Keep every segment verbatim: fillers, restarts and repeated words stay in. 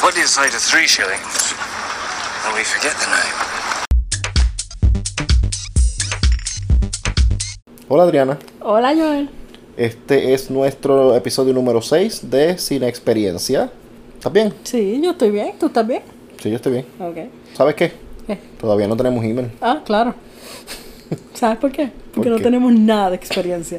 put it aside to three shillings, and we forget the name. Hola Adriana. Hola Joel. Este es nuestro episodio número seis de Cine Experiencia. ¿Estás bien? Sí, yo estoy bien. ¿Tú estás bien? Sí, yo estoy bien. Ok. ¿Sabes qué? ¿Qué? Todavía no tenemos email. Ah, claro. ¿Sabes por qué? Porque ¿Por no qué? tenemos nada de experiencia.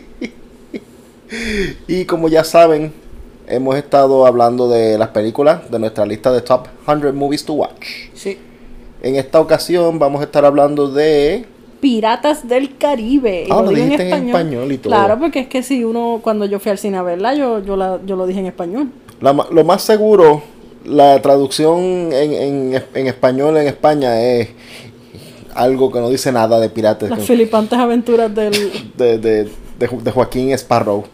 Y como ya saben, hemos estado hablando de las películas de nuestra lista de Top cien Movies to Watch. Sí. En esta ocasión vamos a estar hablando de... Piratas del Caribe. Y Ah, lo dije dijiste en español y todo. Claro, porque es que si uno, cuando yo fui al cine a verla, yo, yo, la, yo lo dije en español. La ma- lo más seguro, la traducción en, en, en español en España es algo que no dice nada de piratas. Las filipantes aventuras del... de, de, de, Ju- de Joaquín Sparrow.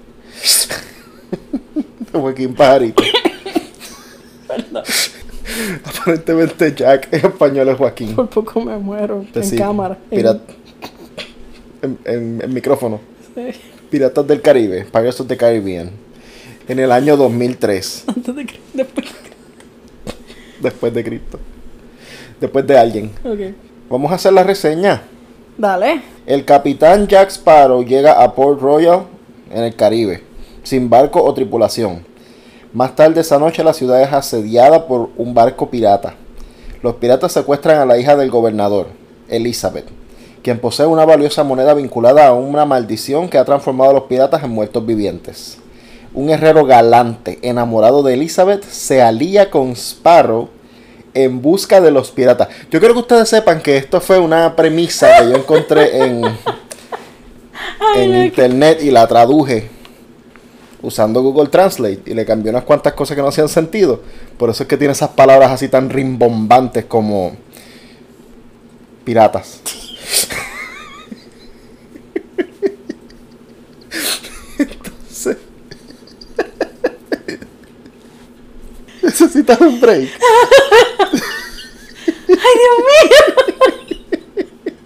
De Joaquín Pajarito. Perdón. Aparentemente Jack en español es Joaquín. Por poco me muero Pues en sí, cámara. pirat- en, en, en micrófono. En- sí. Piratas del Caribe, Pirates of the Caribbean. En el año dos mil tres. Antes de que... Después... Después de Cristo. Después de alguien. Ok. Vamos a hacer la reseña. Dale. El capitán Jack Sparrow llega a Port Royal en el Caribe, sin barco o tripulación. Más tarde esa noche la ciudad es asediada por un barco pirata. Los piratas secuestran a la hija del gobernador, Elizabeth, quien posee una valiosa moneda vinculada a una maldición que ha transformado a los piratas en muertos vivientes. Un herrero galante, enamorado de Elizabeth, se alía con Sparrow en busca de los piratas. Yo quiero que ustedes sepan que esto fue una premisa que yo encontré en, Ay, en no, internet y la traduje usando Google Translate y le cambié unas cuantas cosas que no hacían sentido. Por eso es que tiene esas palabras así tan rimbombantes como piratas. Entonces, necesitas un break. ¡Ay, Dios mío!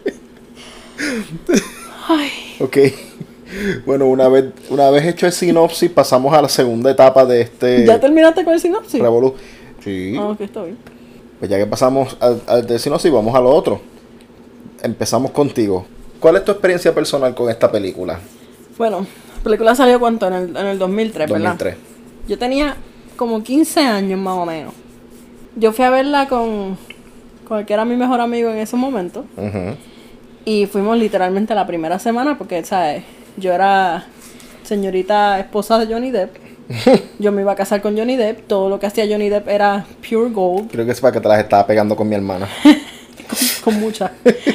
Ay. Ok. Bueno, una vez, una vez hecho el sinopsis, pasamos a la segunda etapa de este ¿Ya terminaste con el sinopsis? revolú. Sí. Ah, ok, está bien. Pues ya que pasamos al, al del sinopsis, vamos a lo otro. Empezamos contigo. ¿Cuál es tu experiencia personal con esta película? Bueno, la película salió ¿cuánto? En el, en el dos mil tres, ¿verdad? dos mil tres. Yo tenía como quince años más o menos. Yo fui a verla con, con el que era mi mejor amigo en ese momento. Ujú. Y fuimos literalmente la primera semana porque, ¿sabes? Yo era señorita esposa de Johnny Depp. Yo me iba a casar con Johnny Depp. Todo lo que hacía Johnny Depp era pure gold. Creo que es para que te las estaba pegando con mi hermana. Con muchas.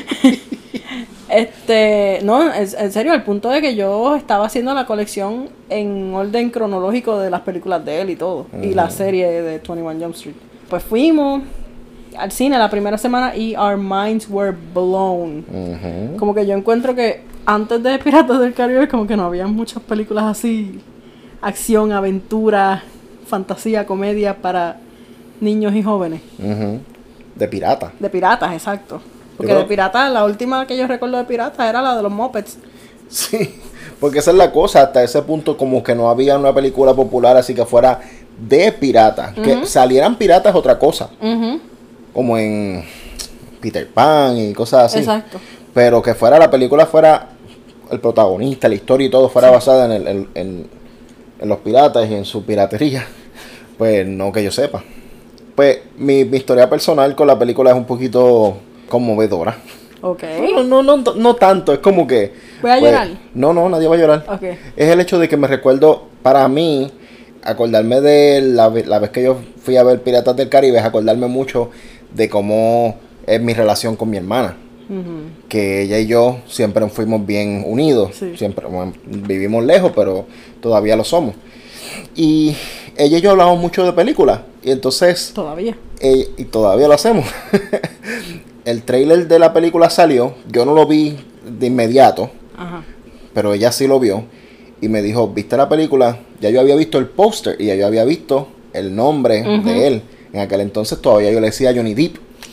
Este, no, en, en serio, al punto de que yo estaba haciendo la colección en orden cronológico de las películas de él y todo. Y la serie de veintiuno Jump Street. Pues fuimos al cine la primera semana y our minds were blown. Ujú. Como que yo encuentro que antes de Piratas del Caribe como que no había muchas películas así, acción, aventura, fantasía, comedia para niños y jóvenes. Ujú. De pirata. De piratas, exacto. Porque creo- de piratas, la última que yo recuerdo de piratas era la de los Muppets. Sí, porque esa es la cosa, hasta ese punto como que no había una película popular así que fuera de piratas. Que salieran piratas es otra cosa, Ujú, como en Peter Pan y cosas así. exacto. Pero que fuera la película, fuera el protagonista, la historia y todo fuera basada en, el, en, en- en los piratas y en su piratería. Pues no que yo sepa. Pues mi, mi historia personal con la película es un poquito conmovedora. Ok. No, no, no, no, no tanto, es como que... ¿Voy a pues, llorar? No, no, nadie va a llorar. Ok. Es el hecho de que me recuerdo, para mí, acordarme de la, ve- la vez que yo fui a ver Piratas del Caribe, es acordarme mucho de cómo es mi relación con mi hermana. Ujú. Que ella y yo siempre fuimos bien unidos. Sí. Siempre bueno, vivimos lejos, pero todavía lo somos. Y ella y yo hablamos mucho de películas. Y entonces, Todavía. eh, y todavía lo hacemos. El trailer de la película salió. Yo no lo vi de inmediato, Ajá. pero ella sí lo vio. Y me dijo, ¿viste la película? Ya yo había visto el póster y ya yo había visto el nombre Ujú. de él. En aquel entonces todavía yo le decía Johnny Depp.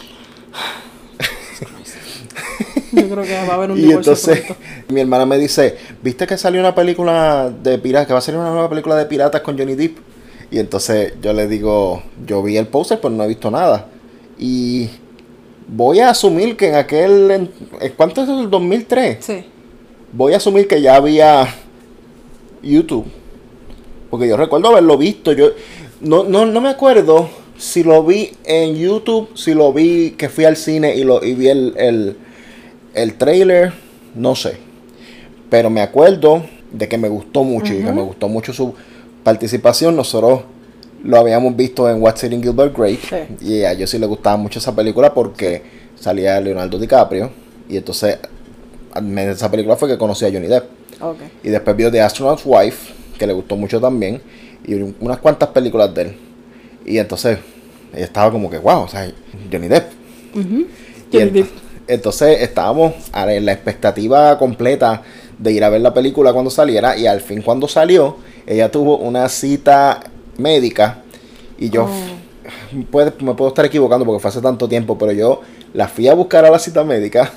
Yo creo que va a haber un Y divorcio entonces pronto. mi hermana me dice, ¿viste que salió una película de piratas? Que va a salir una nueva película de piratas con Johnny Depp. Y entonces yo le digo, yo vi el póster, pero no he visto nada. Y voy a asumir que en aquel... En, ¿cuánto es el dos mil tres? Sí. Voy a asumir que ya había YouTube. Porque yo recuerdo haberlo visto. Yo no, no, no me acuerdo si lo vi en YouTube, si lo vi que fui al cine y, lo, y vi el, el, el trailer. No sé. Pero me acuerdo de que me gustó mucho. Uh-huh. Y que me gustó mucho su participación. Nosotros lo habíamos visto en What's Eating Gilbert Grape. Sí. Y a ellos sí les gustaba mucho esa película porque salía Leonardo DiCaprio. Y entonces, en esa película fue que conocí a Johnny Depp. Okay. Y después vio The Astronaut's Wife, que le gustó mucho también. Y unas cuantas películas de él. Y entonces, ella estaba como que, wow, o sea, Johnny Depp. Uh-huh. Johnny Depp. Entonces, estábamos en la expectativa completa de ir a ver la película cuando saliera. Y al fin, cuando salió, ella tuvo una cita médica. Y yo, oh. puede, me puedo estar equivocando porque fue hace tanto tiempo, pero yo la fui a buscar a la cita médica.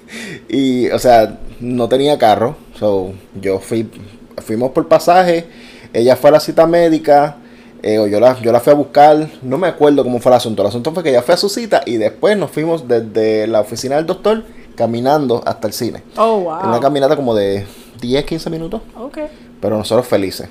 Y, o sea, no tenía carro. So, yo fui, fuimos por pasaje. Ella fue a la cita médica. Eh, o yo la, yo la fui a buscar. No me acuerdo cómo fue el asunto. El asunto fue que ella fue a su cita. Y después nos fuimos desde la oficina del doctor caminando hasta el cine. Oh, wow. En una caminata como de diez, quince minutos. Ok. Pero nosotros felices.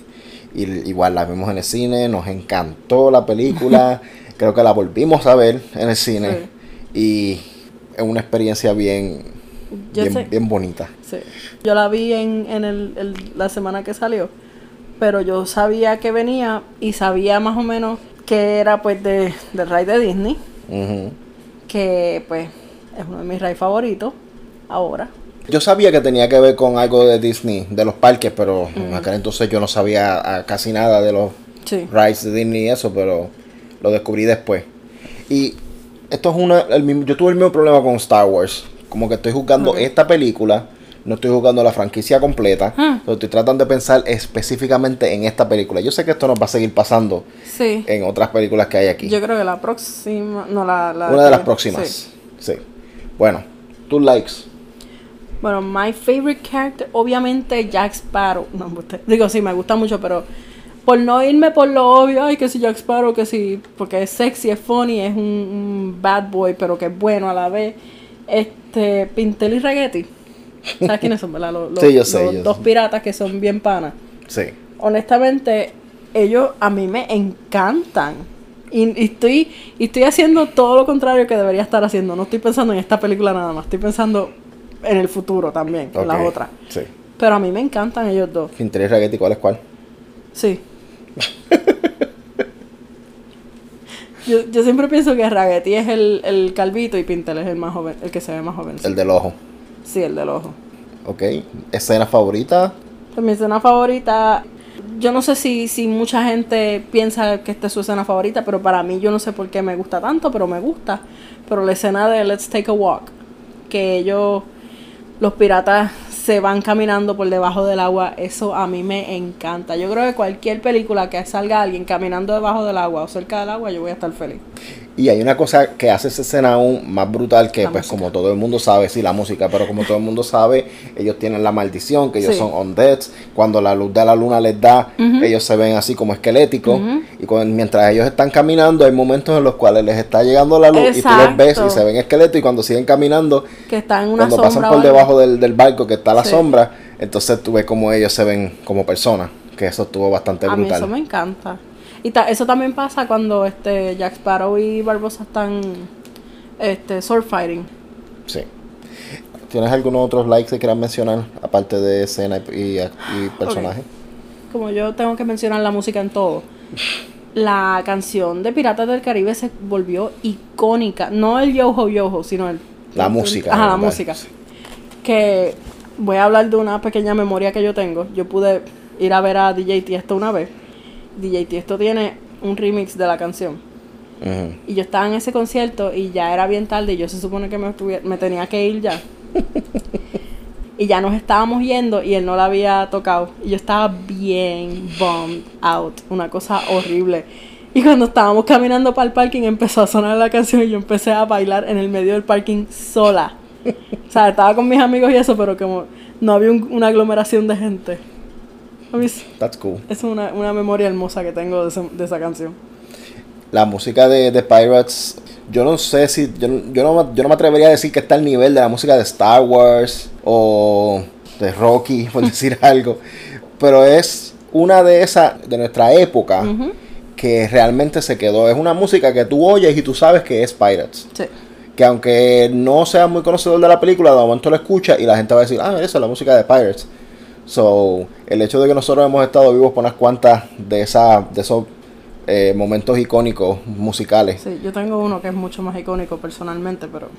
Y igual la vimos en el cine. Nos encantó la película. Creo que la volvimos a ver en el cine. Sí. Y es una experiencia bien, bien, bien bonita. Sí. Yo la vi en, en el, el, la semana que salió. Pero yo sabía que venía y sabía más o menos que era pues de, del ride de Disney. Uh-huh. Que pues es uno de mis rides favoritos ahora. Yo sabía que tenía que ver con algo de Disney, de los parques, pero uh-huh. en aquel entonces yo no sabía casi nada de los sí. rides de Disney y eso, pero lo descubrí después. Y esto es una... El, yo tuve el mismo problema con Star Wars. Como que estoy jugando okay. esta película... No estoy jugando la franquicia completa. Ah. Pero estoy tratando de pensar específicamente en esta película. Yo sé que esto nos va a seguir pasando sí. en otras películas que hay aquí. Yo creo que la próxima... No, la, la Una de las próximas. Sí. sí. Bueno, tus likes. Bueno, my favorite character, obviamente Jack Sparrow. No, digo, sí, me gusta mucho, pero por no irme por lo obvio, ay, que si Jack Sparrow, que si... Porque es sexy, es funny, es un, un bad boy, pero que es bueno a la vez. Este, Pintel y Raggedy. ¿Sabes quiénes son, verdad? Los, los, sí, yo sé, los yo dos sé. piratas que son bien panas. Sí. Honestamente, ellos a mí me encantan. Y, y, estoy, y estoy haciendo todo lo contrario que debería estar haciendo. No estoy pensando en esta película nada más. Estoy pensando en el futuro también, okay. en las otras. Sí. Pero a mí me encantan ellos dos. Pintel y Raggedy, ¿cuál es cuál? Sí. yo, yo siempre pienso que Raggedy es el, el calvito y Pintel es el más joven, el que se ve más joven. El del ojo. Sí, el del ojo. Ok. ¿Escena favorita? Pues mi escena favorita... Yo no sé si, si mucha gente piensa que esta es su escena favorita, pero para mí yo no sé por qué me gusta tanto, pero me gusta. Pero la escena de Let's Take a Walk, que ellos, los piratas, se van caminando por debajo del agua, eso a mí me encanta. Yo creo que cualquier película que salga alguien caminando debajo del agua o cerca del agua, yo voy a estar feliz. Y hay una cosa que hace esa escena aún más brutal que, la pues, música. Como todo el mundo sabe, sí, la música, pero como todo el mundo sabe, ellos tienen la maldición, que ellos sí. son undeads. Cuando la luz de la luna les da, uh-huh. ellos se ven así como esqueléticos. Uh-huh. Y cuando, mientras ellos están caminando, hay momentos en los cuales les está llegando la luz. Exacto. Y tú los ves y se ven esqueletos. Y cuando siguen caminando, que están en una cuando pasan por debajo del, del barco que está la sí. sombra, entonces tú ves como ellos se ven como personas. Que eso estuvo bastante a brutal. A mí eso me encanta. Y ta- eso también pasa cuando este Jack Sparrow y Barbossa están este sword fighting. Sí. ¿Tienes algunos otros likes que quieras mencionar aparte de escena y, y personaje? Okay. Como yo tengo que mencionar la música en todo. La canción de Piratas del Caribe se volvió icónica, no el Yo-Ho Yo-Ho, sino el la el, música. Ajá, la música. Sí. Que voy a hablar de una pequeña memoria que yo tengo. Yo pude ir a ver a D J Tiesto una vez. D J Tiesto tiene un remix de la canción. Uh-huh. Y yo estaba en ese concierto y ya era bien tarde y yo se supone que me, estuviera, me tenía que ir ya. Y ya nos estábamos yendo y él no la había tocado. Y yo estaba bien bummed out. Una cosa horrible. Y cuando estábamos caminando para el parking empezó a sonar la canción y yo empecé a bailar en el medio del parking sola. O sea, estaba con mis amigos y eso, pero como no había un, una aglomeración de gente. A mí es, That's cool. es una, una memoria hermosa que tengo de, ese- de esa canción. La música de, de Pirates, yo no sé si, yo, no- yo, no, yo no me atrevería a decir que está al nivel de la música de Star Wars o de Rocky, por decir algo, pero es una de esas de nuestra época Ujú. que realmente se quedó. Es una música que tú oyes y tú sabes que es Pirates. Sí. Que aunque no seas muy conocedor de la película, de momento lo escuchas y la gente va a decir, ah, esa es la música de Pirates. So, el hecho de que nosotros hemos estado vivos por unas cuantas de, esa, de esos eh, momentos icónicos musicales. Sí, yo tengo uno que es mucho más icónico personalmente, pero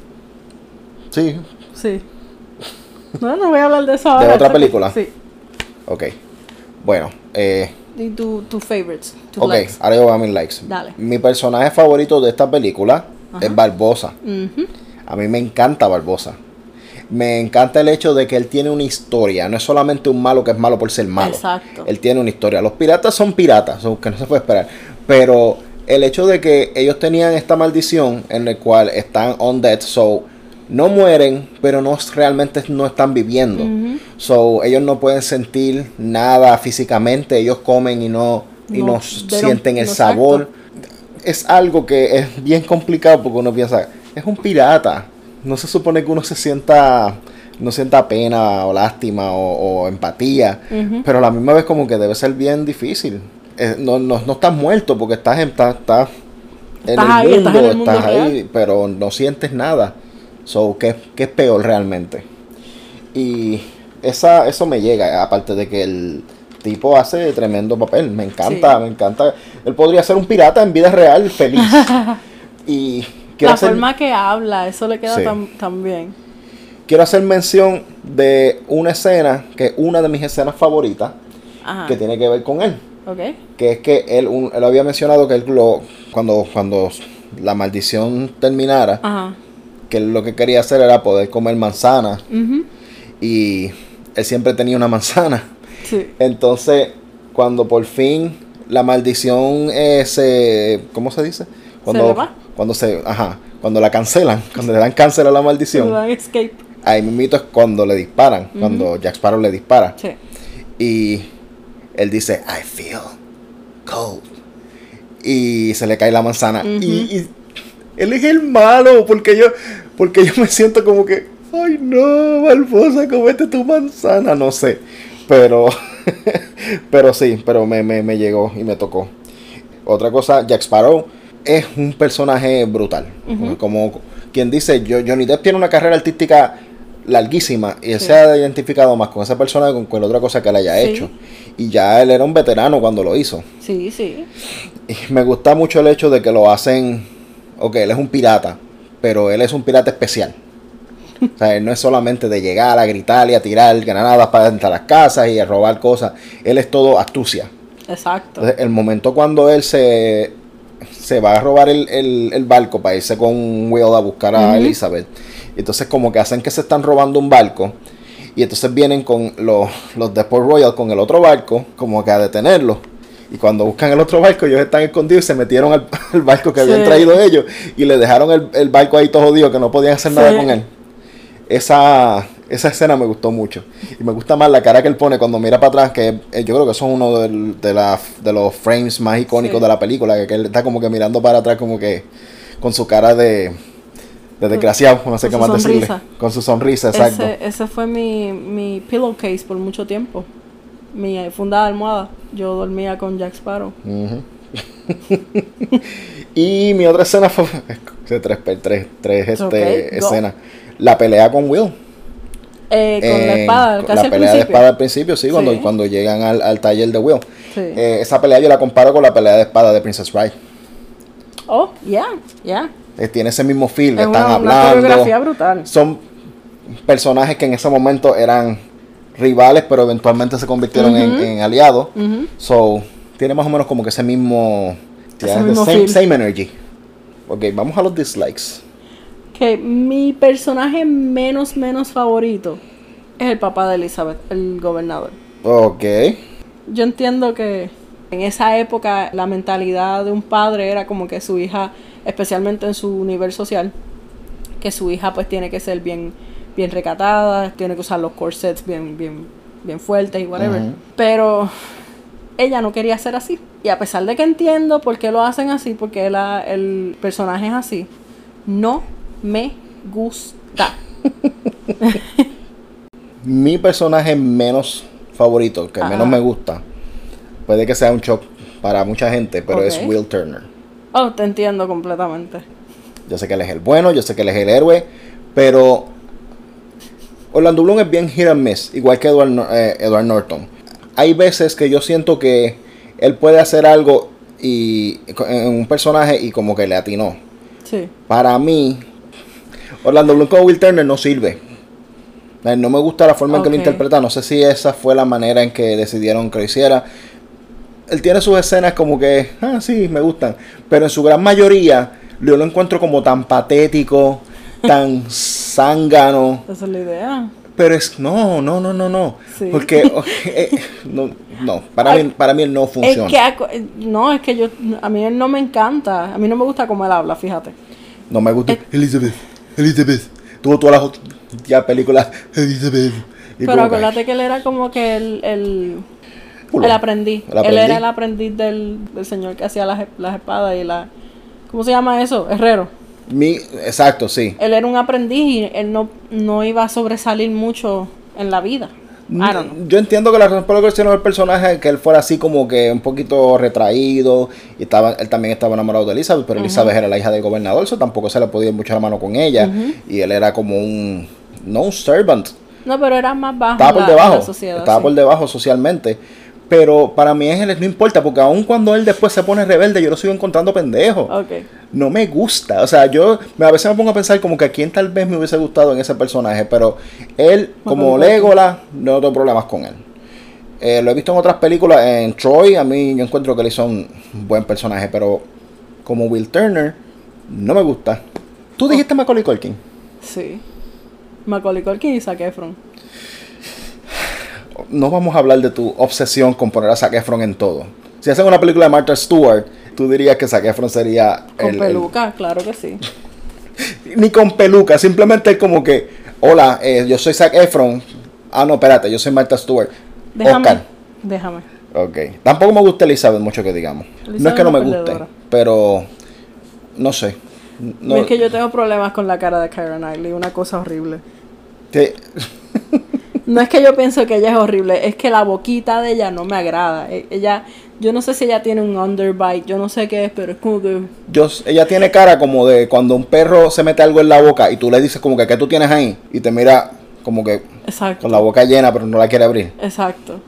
Sí, sí. No, no voy a hablar de eso ahora. ¿De otra eso que- película? Sí. ok. Bueno, eh, Y tu, tu favorites, tus ok, likes. ahora yo voy a mis likes. Dale. Mi personaje favorito de esta película Ajá. es Barbosa. Ujú. A mí me encanta Barbosa. Me encanta el hecho de que él tiene una historia. No es solamente un malo que es malo por ser malo. Exacto. Él tiene una historia. Los piratas son piratas, son- que no se puede esperar. Pero el hecho de que ellos tenían esta maldición en la cual están on death, so no mueren, pero no realmente no están viviendo. Ujú. So ellos no pueden sentir nada físicamente. Ellos comen y no, y No, no, they sienten don't- el no, sabor. exacto. Es algo que es bien complicado porque uno piensa, es un pirata. No se supone que uno se sienta, no sienta pena o lástima o, o empatía, Ujú. pero a la misma vez como que debe ser bien difícil. Eh, no, no, no estás muerto porque estás en, estás, estás en Estás el ahí, mundo, estás en el mundo estás ahí, real. pero no sientes nada. So, ¿qué, qué es peor realmente? Y esa, eso me llega, aparte de que el tipo hace tremendo papel. Me encanta, Sí. me encanta. Él podría ser un pirata en vida real, feliz. Y quiero La hacer, forma que habla, eso le queda Sí. tan, tan bien. quiero hacer mención de una escena que es una de mis escenas favoritas, Ajá. que tiene que ver con él. Ok. Que es que él, un- él había mencionado que él lo, cuando, cuando la maldición terminara, Ajá. que él lo que quería hacer era poder comer manzanas. Ujú. Y él siempre tenía una manzana. Sí. Entonces, cuando por fin la maldición eh, se... ¿Cómo se dice? Cuando, le va? Cuando se... Ajá. Cuando la cancelan. Cuando le dan cáncer a la Se maldición. dan escape. Ahí mismito es cuando le disparan. Ujú. Cuando Jack Sparrow le dispara. Sí. Y él dice, I feel cold. Y se le cae la manzana. Ujú. y, y él es el malo. Porque yo, porque yo me siento como que, ay no, Barbosa, comete tu manzana. No sé. Pero, pero sí, pero me, me, me llegó y me tocó. Otra cosa, Jack Sparrow es un personaje brutal. Ujú. Como quien dice, yo, Johnny Depp tiene una carrera artística larguísima y él Sí. se ha identificado más con esa persona que con cualquier otra cosa que él haya Sí. hecho. Y ya él era un veterano cuando lo hizo. Sí, sí. Y me gusta mucho el hecho de que lo hacen, ok, él es un pirata, pero él es un pirata especial. O sea, él no es solamente de llegar a gritar y a tirar granadas para entrar a las casas y a robar cosas. Él es todo astucia. Exacto. Entonces, el momento cuando él se, se va a robar el, el- el barco para irse con Will a buscar a Ujú. Elizabeth, entonces como que hacen que se están robando un barco y entonces vienen con los, los de Port Royal con el otro barco como que a detenerlo. Y cuando buscan el otro barco, ellos están escondidos y se metieron al, al barco que habían Sí. traído ellos y le dejaron el, el barco ahí todo jodido que no podían hacer nada Sí. con él. Esa, esa escena me gustó mucho. Y me gusta más la cara que él pone cuando mira para atrás, que eh, yo creo que eso es uno del- de, la- de los frames más icónicos Sí. de la película, que, que él está como que mirando para atrás como que con su cara de, de desgraciado, no sé Con qué su más decirle. sonrisa. Con su sonrisa, exacto. Ese, ese fue mi, mi pillowcase por mucho tiempo. Mi eh, fundada almohada. Yo dormía con Jack Sparrow. Ujú. Y mi otra escena fue tres, tres, tres este, Ok, go. escenas. La pelea con Will. Eh, con la Eh, espada, con casi la al pelea de principio. espada al principio, sí, Cuando, Sí. cuando llegan al, al taller de Will. Sí. Eh, esa pelea yo la comparo con la pelea de espada de Princess Bride. Oh, yeah, yeah. Eh, tiene ese mismo feel, que Es están una, una hablando. coreografía brutal. Son personajes que en ese momento eran rivales, pero eventualmente se convirtieron en, Ujú. en aliados. Ujú. So, tiene más o menos como que ese mismo, Ese yeah, the mismo same, feel. same energy. Ok, vamos a los dislikes. Que mi personaje menos, menos favorito es el papá de Elizabeth, el gobernador. Ok. Yo entiendo que en esa época la mentalidad de un padre era como que su hija, especialmente en su nivel social, que su hija pues tiene que ser bien, bien recatada, tiene que usar los corsets bien, bien bien fuertes y whatever. Ujú. Pero ella no quería ser así. Y a pesar de que entiendo por qué lo hacen así, porque la, el personaje es así, no me gusta. Mi personaje menos favorito, que Ajá. menos me gusta, puede que sea un shock para mucha gente, pero Ok. es Will Turner. Oh, te entiendo completamente. Yo sé que él es el bueno, yo sé que él es el héroe, pero Orlando Bloom es bien hit and miss, igual que Edward, Nor- eh, Edward Norton. Hay veces que yo siento que él puede hacer algo y en un personaje y como que le atinó. Sí. Para mí, Orlando Bloom con Will Turner no sirve. Eh, No me gusta la forma en que lo Ok. interpreta. No sé si esa fue la manera en que decidieron que lo hiciera. Él tiene sus escenas como que, ah, sí, me gustan. Pero en su gran mayoría, yo lo encuentro como tan patético, tan zángano. Esa es la idea. Pero es, no, no, no, no, no. Sí. Porque, ok, eh, no, no, para Ay, mí, para mí él no funciona. Es que, acu- no, es que yo, a mí él no me encanta. A mí no me gusta cómo él habla, fíjate. No me gusta. Eh. Elizabeth, Elizabeth. Tuvo todas las ya películas. Elizabeth. Y Pero como que, acuérdate que él era como que el, el, culo. el aprendiz. El Él aprendiz. era el aprendiz del, del señor que hacía las, las espadas y la... ¿Cómo se llama eso? Herrero. Mi, exacto, sí. Él era un aprendiz y él no, no iba a sobresalir mucho en la vida. I don't know. Yo entiendo que la razón por la que hicieron el personaje es que él fuera así como que un poquito retraído y estaba, él también estaba enamorado de Elizabeth, pero Elizabeth era la hija del gobernador, eso tampoco se le podía ir mucho la mano con ella y él era como un, no un servant, No, pero era más bajo estaba en por la, en debajo, la sociedad. estaba sí. por debajo socialmente. Pero para mí es él, no importa, porque aun cuando él después se pone rebelde, yo lo sigo encontrando pendejo. Ok. No me gusta. O sea, yo me- a veces me pongo a pensar como que a quién tal vez me hubiese gustado en ese personaje. Pero él, como Macaulay Culkin. Legolas, no tengo problemas con él. Eh, lo he visto en otras películas. En Troy, a mí yo encuentro que él hizo un buen personaje. Pero como Will Turner, no me gusta. ¿Tú dijiste Macaulay Culkin? Sí. Macaulay Culkin y Zac Efron. No vamos a hablar de tu obsesión con poner a Zac Efron en todo. Si hacen una película de Martha Stewart, tú dirías que Zac Efron sería Con el- el- peluca, claro que sí. Ni con peluca, simplemente como que, hola, eh, yo soy Zac Efron. Ah, no, espérate, yo soy Martha Stewart. Déjame. Oscar. Déjame. Ok. Tampoco me gusta Elizabeth mucho que digamos. no Elizabeth es que no es me una guste, perdedora. pero no sé. No, Es que yo tengo problemas con la cara de Keira Knightley, una cosa horrible. que- No es que yo pienso que ella es horrible, es que la boquita de ella no me agrada. E- Ella, yo no sé si ella tiene un underbite, yo no sé qué es, pero es como que... yo, ella tiene cara como de cuando un perro se mete algo en la boca y tú le dices como que, ¿qué tú tienes ahí? Y te mira como que Exacto. con la boca llena, pero no la quiere abrir. Exacto.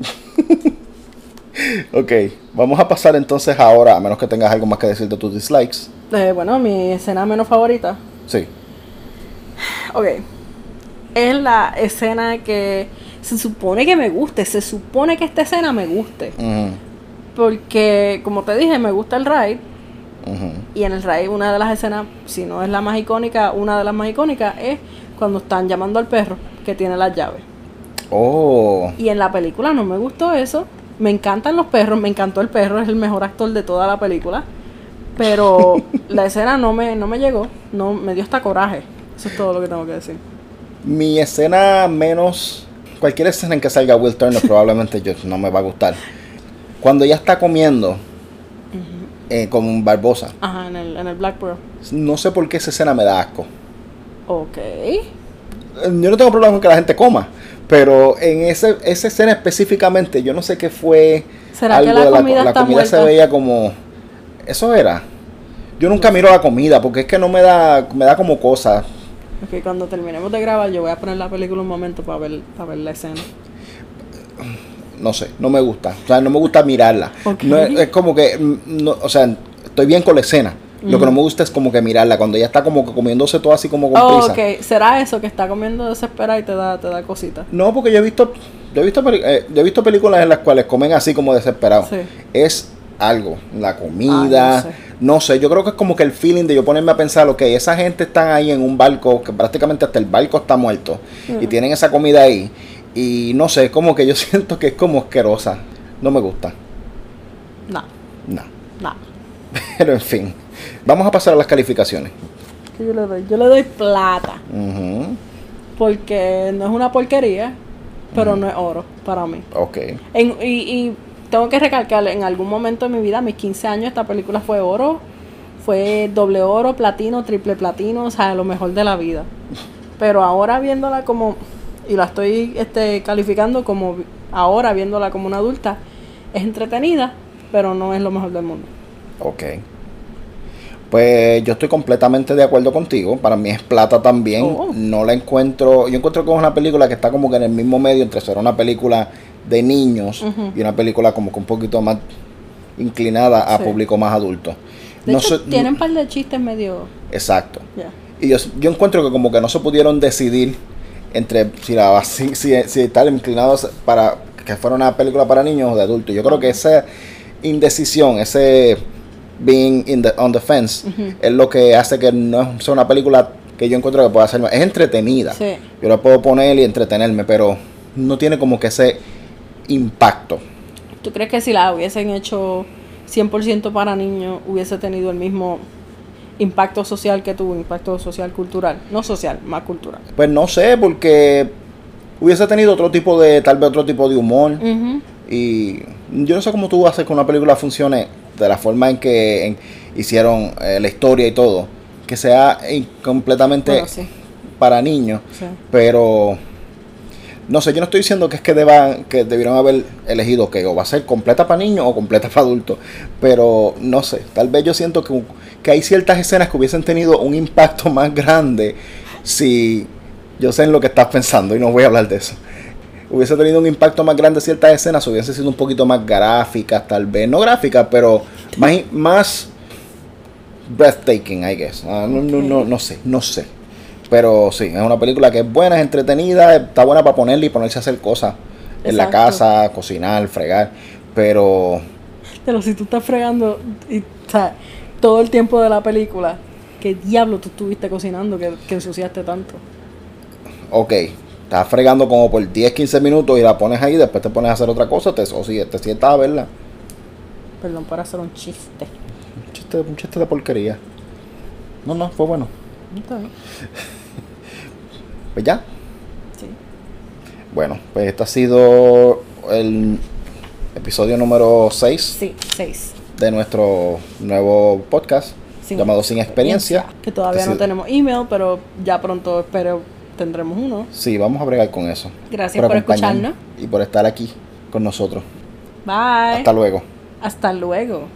Ok, vamos a pasar entonces ahora, a menos que tengas algo más que decir de tus dislikes. Eh, bueno, mi escena menos favorita. Sí. Ok. Es la escena que se supone que me guste. Se supone que esta escena me guste. Ujú, Porque, como te dije, me gusta el ride. ujú. Y en el ride, una de las escenas, si no es la más icónica, una de las más icónicas es cuando están llamando al perro que tiene las llaves. Oh. Y en la película no me gustó eso. Me encantan los perros, me encantó el perro, es el mejor actor de toda la película. Pero la escena no me, no me llegó, no me dio hasta coraje. Eso es todo lo que tengo que decir. Mi escena menos... Cualquier escena en que salga Will Turner probablemente yo, no me va a gustar. Cuando ya está comiendo eh, con un Barbosa. Ajá, en el, en el Black Pearl. No sé por qué esa escena me da asco. Ok. Eh, Yo no tengo problema con que la gente coma. Pero en ese, esa escena específicamente, yo no sé qué fue. ¿Será que la de comida la está comida se muerta? veía como... Eso era. Yo nunca miro la comida porque es que no me da, me da como cosas. Ok, cuando terminemos de grabar yo voy a poner la película un momento para ver, para ver la escena. No sé, no me gusta. O sea, no me gusta mirarla. Ok. No, es, es como que, mm, no, o sea, estoy bien con la escena. Lo que no me gusta es como que mirarla cuando ella está como que comiéndose todo así como con Oh, prisa. ok. ¿Será eso que está comiendo desesperada y te da, te da cosita? No, porque yo he visto, yo he visto, peli- eh, yo he visto películas en las cuales comen así como desesperados. Sí. Es algo, la comida, Ay, no sé. no sé, yo creo que es como que el feeling de yo ponerme a pensar, ok, esa gente está ahí en un barco, que prácticamente hasta el barco está muerto, y tienen esa comida ahí, y no sé, como que yo siento que es como asquerosa, no me gusta, No, no, no. pero en fin, vamos a pasar a las calificaciones. ¿Qué yo le doy? Yo le doy plata. Ujú. Porque no es una porquería, pero no es oro para mí. Ok. En, y, y tengo que recalcar, en algún momento de mi vida, a mis quince años, esta película fue oro. Fue doble oro, platino, triple platino, o sea, lo mejor de la vida. Pero ahora viéndola como, y la estoy este, calificando como, ahora viéndola como una adulta, es entretenida, pero no es lo mejor del mundo. Ok. Pues yo estoy completamente de acuerdo contigo. Para mí es plata también. Oh. No la encuentro. Yo encuentro que es una película que está como que en el mismo medio entre ser una película de niños Uh-huh. y una película como que un poquito más inclinada a Sí. público más adulto. De No hecho, sé- tienen un par de chistes medio... Exacto. ya. Y yo, yo encuentro que como que no se pudieron decidir entre si la si, si, si estar inclinados para que fuera una película para niños o de adultos. Yo creo que esa indecisión, ese being in the, on the fence, Ujú. es lo que hace que no sea una película que yo encuentro que pueda ser. Es entretenida. Sí. Yo la puedo poner y entretenerme, pero no tiene como que ese impacto. ¿Tú crees que si la hubiesen hecho cien por ciento para niños, hubiese tenido el mismo impacto social que tuvo, impacto social cultural? No social, más cultural. Pues no sé, porque hubiese tenido otro tipo de, tal vez otro tipo de humor. Ujú. Y yo no sé cómo tú haces que una película funcione de la forma en que en- hicieron eh, la historia y todo, que sea eh, completamente Bueno, sí. para niños, Sí. pero no sé, yo no estoy diciendo que es que deban, que debieron haber elegido que o va a ser completa para niños o completa para adultos, pero no sé, tal vez yo siento que, que hay ciertas escenas que hubiesen tenido un impacto más grande si yo sé en lo que estás pensando y no voy a hablar de eso. Hubiese tenido un impacto más grande ciertas escenas, hubiese sido un poquito más gráficas, tal vez, no gráficas, pero más, más breathtaking, I guess. Ah, no, no, no, no sé, no sé. Pero sí, es una película que es buena, es entretenida, está buena para ponerle y ponerse a hacer cosas en la Exacto. casa, cocinar, fregar, pero Pero si tú estás fregando y, o sea, todo el tiempo de la película, ¿qué diablo tú estuviste cocinando que, que ensuciaste tanto? ok, estás fregando como por diez, quince minutos y la pones ahí, después te pones a hacer otra cosa, te, o si te sientas a verla. Perdón por hacer un chiste. Un chiste, un chiste de porquería. No, no, fue bueno. Está bien. Pues ya. Sí. Bueno, pues este ha sido el episodio número seis Sí, seis. de nuestro nuevo podcast Sin llamado Sin Experiencia. Que todavía Este no sí- tenemos email, pero ya pronto espero tendremos uno. Sí, vamos a bregar con eso. Gracias por acompañarnos escucharnos. y por estar aquí con nosotros. Bye. Hasta luego. Hasta luego.